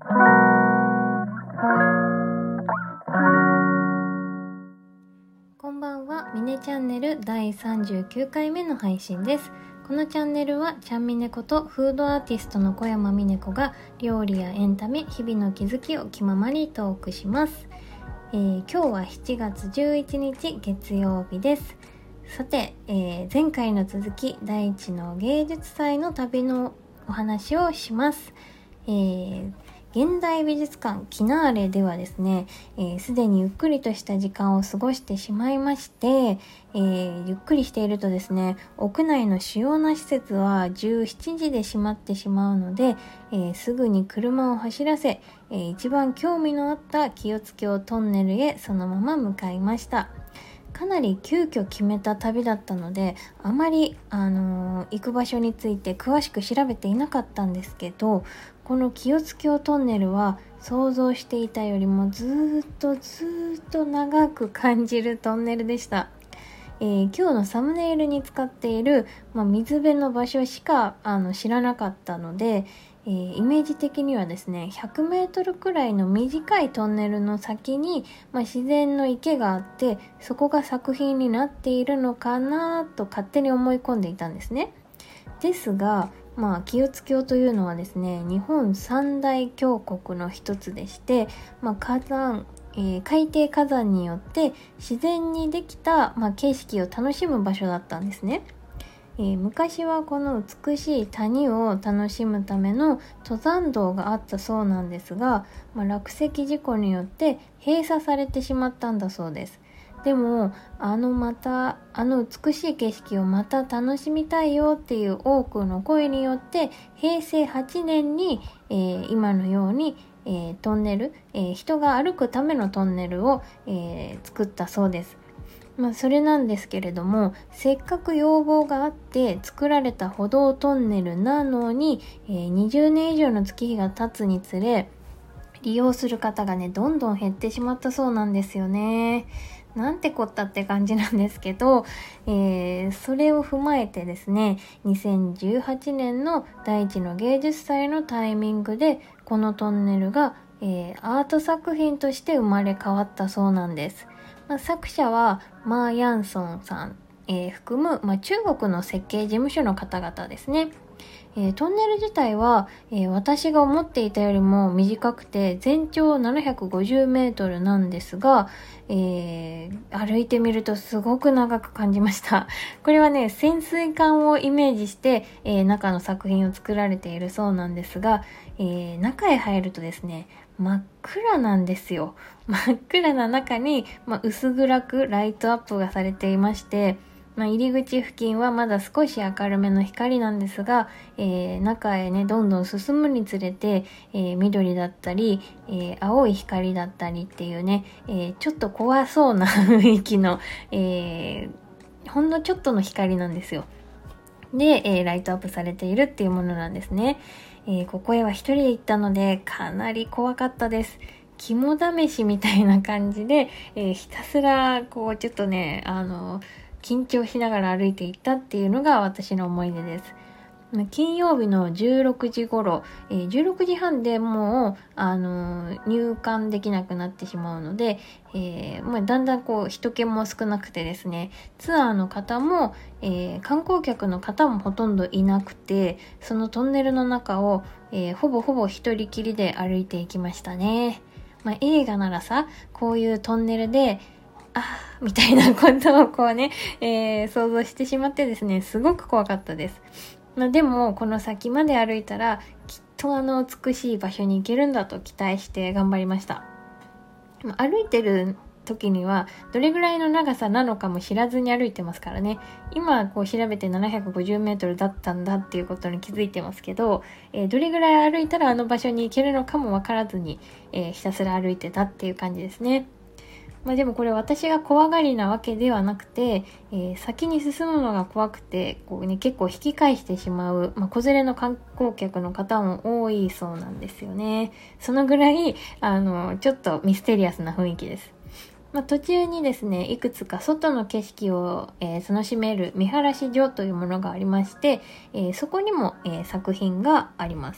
こんばんは、ミネチャンネル第39回目の配信です。このチャンネルはちゃんみねことフードアーティストの小山みね子が料理やエンタメ、日々の気づきを気ままにトークします。今日は7月11日月曜日です。さて、前回の続き、第一の芸術祭の旅のお話をします。現代美術館キナーレではですね、すでにゆっくりとした時間を過ごしてしまいまして、ゆっくりしているとですね、屋内の主要な施設は17時で閉まってしまうので、すぐに車を走らせ、一番興味のあった清津峡トンネルへそのまま向かいました。かなり急遽決めた旅だったので、あまり、行く場所について詳しく調べていなかったんですけど、この清津峡トンネルは想像していたよりもずっと長く感じるトンネルでした。今日のサムネイルに使っている、水辺の場所しか知らなかったので、イメージ的にはですね、100メートルくらいの短いトンネルの先に、自然の池があって、そこが作品になっているのかなと勝手に思い込んでいたんですね。ですが、清津峡というのはですね、日本三大峡谷の一つでして、火山、海底火山によって自然にできた、景色を楽しむ場所だったんですね。昔はこの美しい谷を楽しむための登山道があったそうなんですが、落石事故によって閉鎖されてしまったんだそうです。でもあの美しい景色をまた楽しみたいよっていう多くの声によって平成8年に、今のように、トンネル、人が歩くためのトンネルを、作ったそうです。それなんですけれども、せっかく要望があって作られた歩道トンネルなのに、20年以上の月日が経つにつれ利用する方がね、どんどん減ってしまったそうなんですよね。なんてこったって感じなんですけど、それを踏まえてですね、2018年の第一の芸術祭のタイミングでこのトンネルが、アート作品として生まれ変わったそうなんです。作者はマー・ヤンソンさん、含む、中国の設計事務所の方々ですね。トンネル自体は、私が思っていたよりも短くて全長750メートルなんですが、歩いてみるとすごく長く感じました。これはね、潜水艦をイメージして、中の作品を作られているそうなんですが、中へ入るとですね、真っ暗なんですよ。真っ暗な中に、薄暗くライトアップがされていまして、入り口付近はまだ少し明るめの光なんですが、中へね、どんどん進むにつれて、緑だったり、青い光だったりっていうね、ちょっと怖そうな雰囲気の、ほんのちょっとの光なんですよ。で、ライトアップされているっていうものなんですね。ここへは一人で行ったのでかなり怖かったです。肝試しみたいな感じで、ひたすらこうちょっとね、緊張しながら歩いていったっていうのが私の思い出です。金曜日の16時頃、16時半でもう、入館できなくなってしまうので、だんだんこう人気も少なくてですね、ツアーの方も、観光客の方もほとんどいなくて、そのトンネルの中を、ほぼ一人きりで歩いていきましたね。映画ならさ、こういうトンネルでみたいなことをこうね、想像してしまってですね、すごく怖かったです。でもこの先まで歩いたらきっと美しい場所に行けるんだと期待して頑張りました。歩いてる時にはどれぐらいの長さなのかも知らずに歩いてますからね。今こう調べて750メートルだったんだっていうことに気づいてますけど、どれぐらい歩いたらあの場所に行けるのかもわからずに、ひたすら歩いてたっていう感じですね。でもこれ私が怖がりなわけではなくて、先に進むのが怖くてこう、結構引き返してしまう、子連れの観光客の方も多いそうなんですよね。そのぐらいちょっとミステリアスな雰囲気です。途中にですね、いくつか外の景色を、楽しめる見晴らし所というものがありまして、そこにも、作品があります。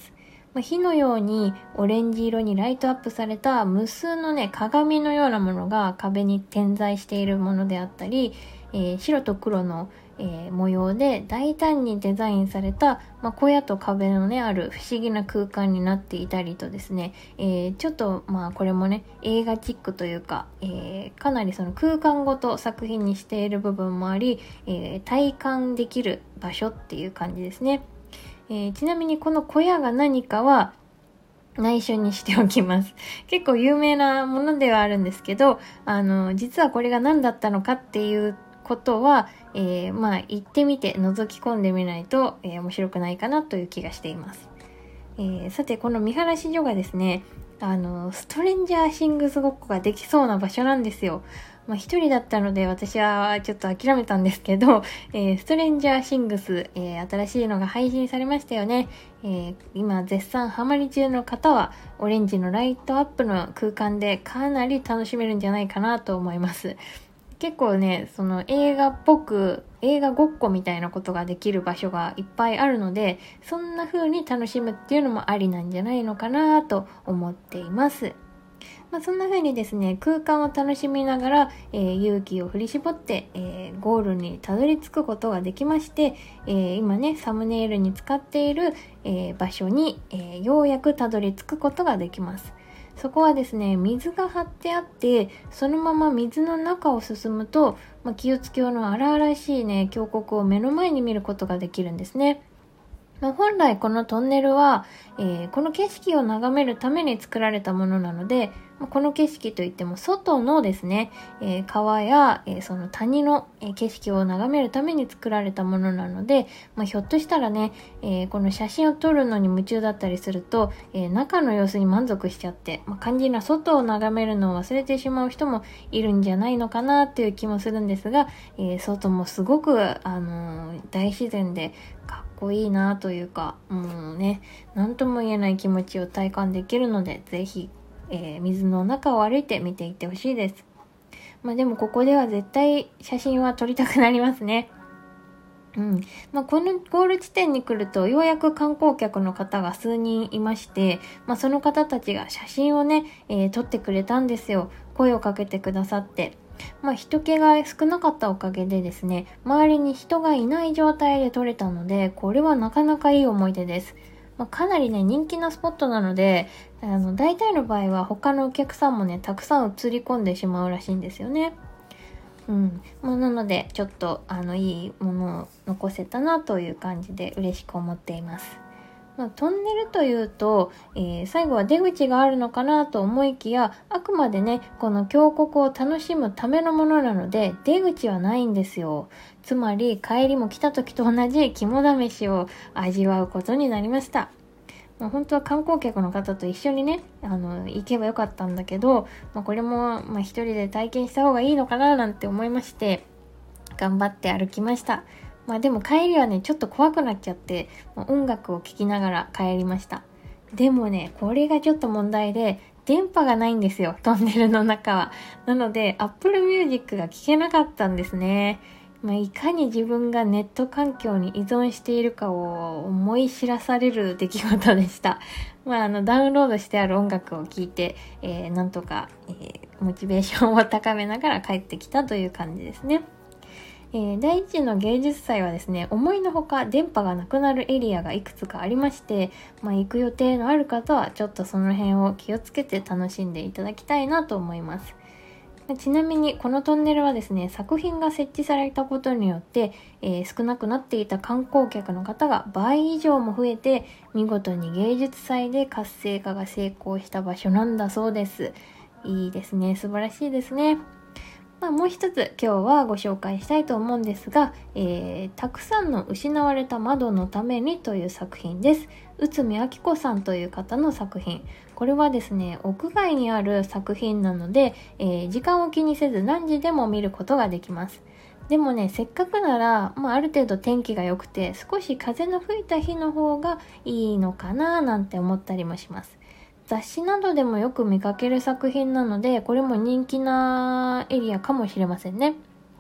火のようにオレンジ色にライトアップされた無数のね鏡のようなものが壁に点在しているものであったり、白と黒の、模様で大胆にデザインされた、小屋と壁のねある不思議な空間になっていたりとですね、ちょっとこれもね映画チックというか、かなりその空間ごと作品にしている部分もあり、体感できる場所っていう感じですね。ちなみにこの小屋が何かは内緒にしておきます。結構有名なものではあるんですけど、実はこれが何だったのかっていうことは、行ってみて覗き込んでみないと、面白くないかなという気がしています。さてこの見晴らし所がですね、ストレンジャーシングスごっこができそうな場所なんですよ。一人だったので私はちょっと諦めたんですけど、ストレンジャーシングス、新しいのが配信されましたよね。今絶賛ハマり中の方はオレンジのライトアップの空間でかなり楽しめるんじゃないかなと思います。結構ね、その映画っぽく映画ごっこみたいなことができる場所がいっぱいあるので、そんな風に楽しむっていうのもありなんじゃないのかなと思っています。そんな風にですね、空間を楽しみながら、勇気を振り絞って、ゴールにたどり着くことができまして、今ねサムネイルに使っている、場所に、ようやくたどり着くことができます。そこはですね、水が張ってあって、そのまま水の中を進むと、清津峡の荒々しいね峡谷を目の前に見ることができるんですね。本来このトンネルは、この景色を眺めるために作られたものなので、この景色といっても外のですね、川や、その谷の、景色を眺めるために作られたものなので、ひょっとしたらね、この写真を撮るのに夢中だったりすると、中の様子に満足しちゃって、肝心な外を眺めるのを忘れてしまう人もいるんじゃないのかなっていう気もするんですが、外もすごく、大自然でかっこいいなというか、もうね、なんとも言えない気持ちを体感できるので、ぜひ、水の中を歩いて見ていってほしいです。でもここでは絶対写真は撮りたくなりますね。このゴール地点に来るとようやく観光客の方が数人いまして、その方たちが写真をね、撮ってくれたんですよ。声をかけてくださって。人気が少なかったおかげでですね、周りに人がいない状態で撮れたので、これはなかなかいい思い出です。かなりね、人気なスポットなので、大体の場合は他のお客さんもね、たくさん映り込んでしまうらしいんですよね。なので、ちょっと、いいものを残せたなという感じで嬉しく思っています。トンネルというと、最後は出口があるのかなと思いきや、あくまでね、この峡谷を楽しむためのものなので、出口はないんですよ。つまり、帰りも来た時と同じ肝試しを味わうことになりました。本当は観光客の方と一緒にね、行けばよかったんだけど、これも、一人で体験した方がいいのかななんて思いまして、頑張って歩きました。でも帰りはね、ちょっと怖くなっちゃって、音楽を聴きながら帰りました。でもね、これがちょっと問題で、電波がないんですよ、トンネルの中は。なので、Apple Music が聴けなかったんですね。いかに自分がネット環境に依存しているかを思い知らされる出来事でした。ダウンロードしてある音楽を聴いて、なんとか、モチベーションを高めながら帰ってきたという感じですね。第一の芸術祭はですね、思いのほか電波がなくなるエリアがいくつかありまして、行く予定のある方はちょっとその辺を気をつけて楽しんでいただきたいなと思います。ちなみにこのトンネルはですね、作品が設置されたことによって、少なくなっていた観光客の方が倍以上も増えて、見事に芸術祭で活性化が成功した場所なんだそうです。いいですね、素晴らしいですね。もう一つ今日はご紹介したいと思うんですが、たくさんの失われた窓のためにという作品です。内海明子さんという方の作品。これはですね、屋外にある作品なので、時間を気にせず何時でも見ることができます。でもね、せっかくなら、ある程度天気が良くて少し風の吹いた日の方がいいのかななんて思ったりもします。雑誌などでもよく見かける作品なので、これも人気なエリアかもしれませんね。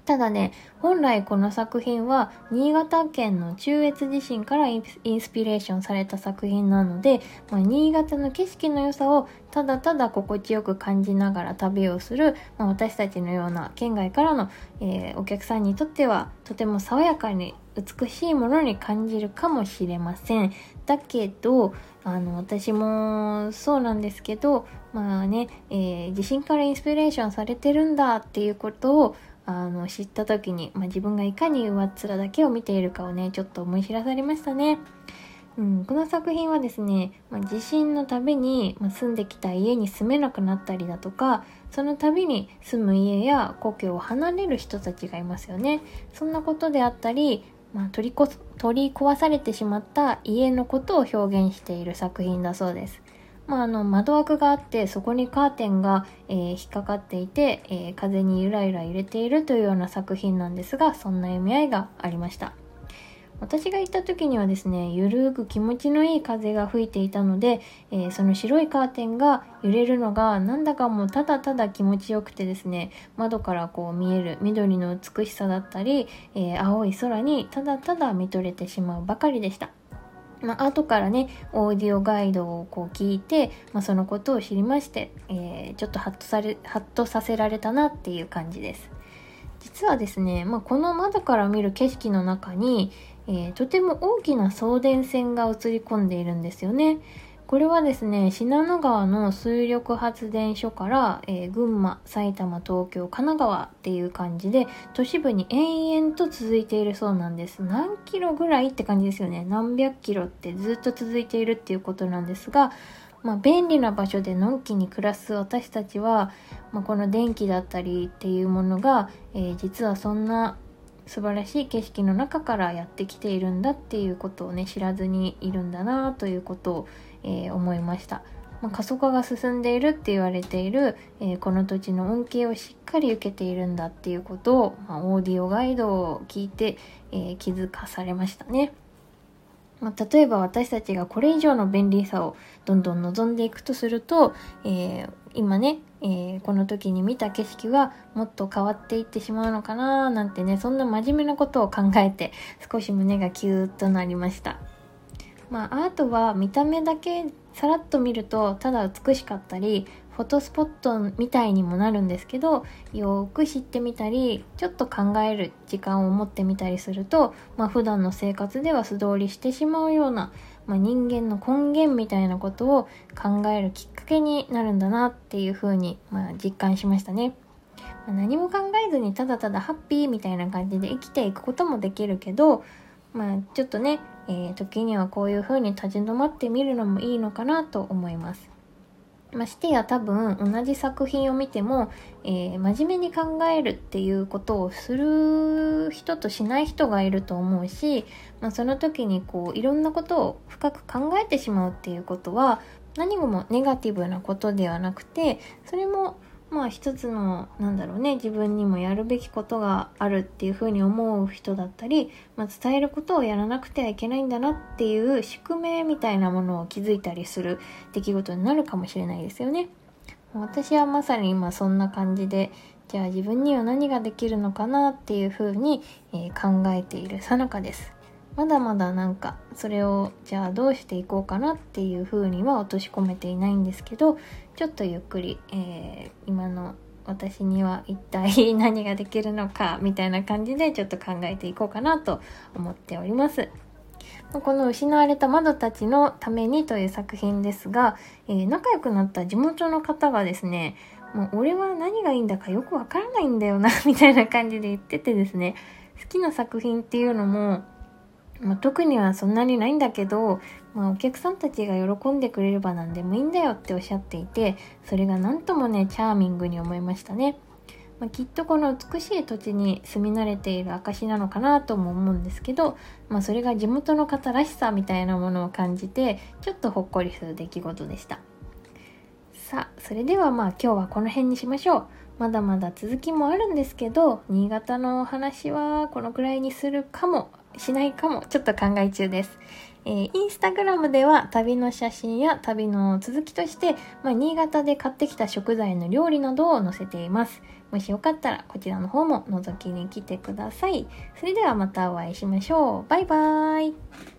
ただね、本来この作品は新潟県の中越地震からインスピレーションされた作品なので、新潟の景色の良さをただただ心地よく感じながら旅をする、私たちのような県外からの、お客さんにとってはとても爽やかに美しいものに感じるかもしれません。だけど私もそうなんですけど、地震からインスピレーションされてるんだっていうことを知った時に、自分がいかに上っ面だけを見ているかをね、ちょっと思い知らされましたね。この作品はですね、地震のたびに、住んできた家に住めなくなったりだとか、そのたびに住む家や故郷を離れる人たちがいますよね。そんなことであったり、取り壊されてしまった家のことを表現している作品だそうです。窓枠があってそこにカーテンが、引っかかっていて、風にゆらゆら揺れているというような作品なんですが、そんな意味合いがありました。私が行った時にはですね、ゆるく気持ちのいい風が吹いていたので、その白いカーテンが揺れるのがなんだかもうただただ気持ちよくてですね、窓からこう見える緑の美しさだったり、青い空にただただ見とれてしまうばかりでした。後からね、オーディオガイドをこう聞いて、そのことを知りまして、ちょっとハッとさせられたなっていう感じです。実はですね、この窓から見る景色の中に、とても大きな送電線が映り込んでいるんですよね。これはですね、信濃川の水力発電所から、群馬、埼玉、東京、神奈川っていう感じで都市部に延々と続いているそうなんです。何キロぐらいって感じですよね。何百キロってずっと続いているっていうことなんですが、便利な場所でのんきに暮らす私たちは、この電気だったりっていうものが、実はそんな素晴らしい景色の中からやってきているんだっていうことをね、知らずにいるんだなということを、思いました。過疎化が進んでいるって言われている、この土地の恩恵をしっかり受けているんだっていうことを、オーディオガイドを聞いて、気づかされましたね。例えば私たちがこれ以上の便利さをどんどん望んでいくとすると、今ね、この時に見た景色はもっと変わっていってしまうのかななんてね、そんな真面目なことを考えて少し胸がキューッとなりました。アートは見た目だけさらっと見るとただ美しかったり、フォトスポットみたいにもなるんですけど、よく知ってみたりちょっと考える時間を持ってみたりすると、普段の生活では素通りしてしまうような、人間の根源みたいなことを考えるきっかけになるんだなっていうふうに、実感しましたね。何も考えずにただただハッピーみたいな感じで生きていくこともできるけど、ちょっとね、時にはこういう風に立ち止まってみるのもいいのかなと思います。ましてや多分同じ作品を見ても、真面目に考えるっていうことをする人としない人がいると思うし、その時にこういろんなことを深く考えてしまうっていうことは何もネガティブなことではなくて、それも一つの自分にもやるべきことがあるっていうふうに思う人だったり、伝えることをやらなくてはいけないんだなっていう宿命みたいなものを気づいたりする出来事になるかもしれないですよね。私はまさに今そんな感じで、じゃあ自分には何ができるのかなっていうふうに、考えている最中です。まだまだそれをじゃあどうしていこうかなっていう風には落とし込めていないんですけど、ちょっとゆっくり、今の私には一体何ができるのかみたいな感じでちょっと考えていこうかなと思っております。この失われた窓たちのためにという作品ですが、仲良くなった地元の方がですね、もう俺は何がいいんだかよくわからないんだよなみたいな感じで言っててですね、好きな作品っていうのも特にはそんなにないんだけど、お客さんたちが喜んでくれれば何でもいいんだよっておっしゃっていて、それがなんともねチャーミングに思いましたね。きっとこの美しい土地に住み慣れている証なのかなとも思うんですけど、それが地元の方らしさみたいなものを感じて、ちょっとほっこりする出来事でした。さあ、それでは今日はこの辺にしましょう。まだまだ続きもあるんですけど、新潟のお話はこのくらいにするかもしないかもちょっと考え中です。 インスタグラムでは旅の写真や旅の続きとして、新潟で買ってきた食材の料理などを載せています。もしよかったらこちらの方も覗きに来てください。それではまたお会いしましょう。バイバーイ。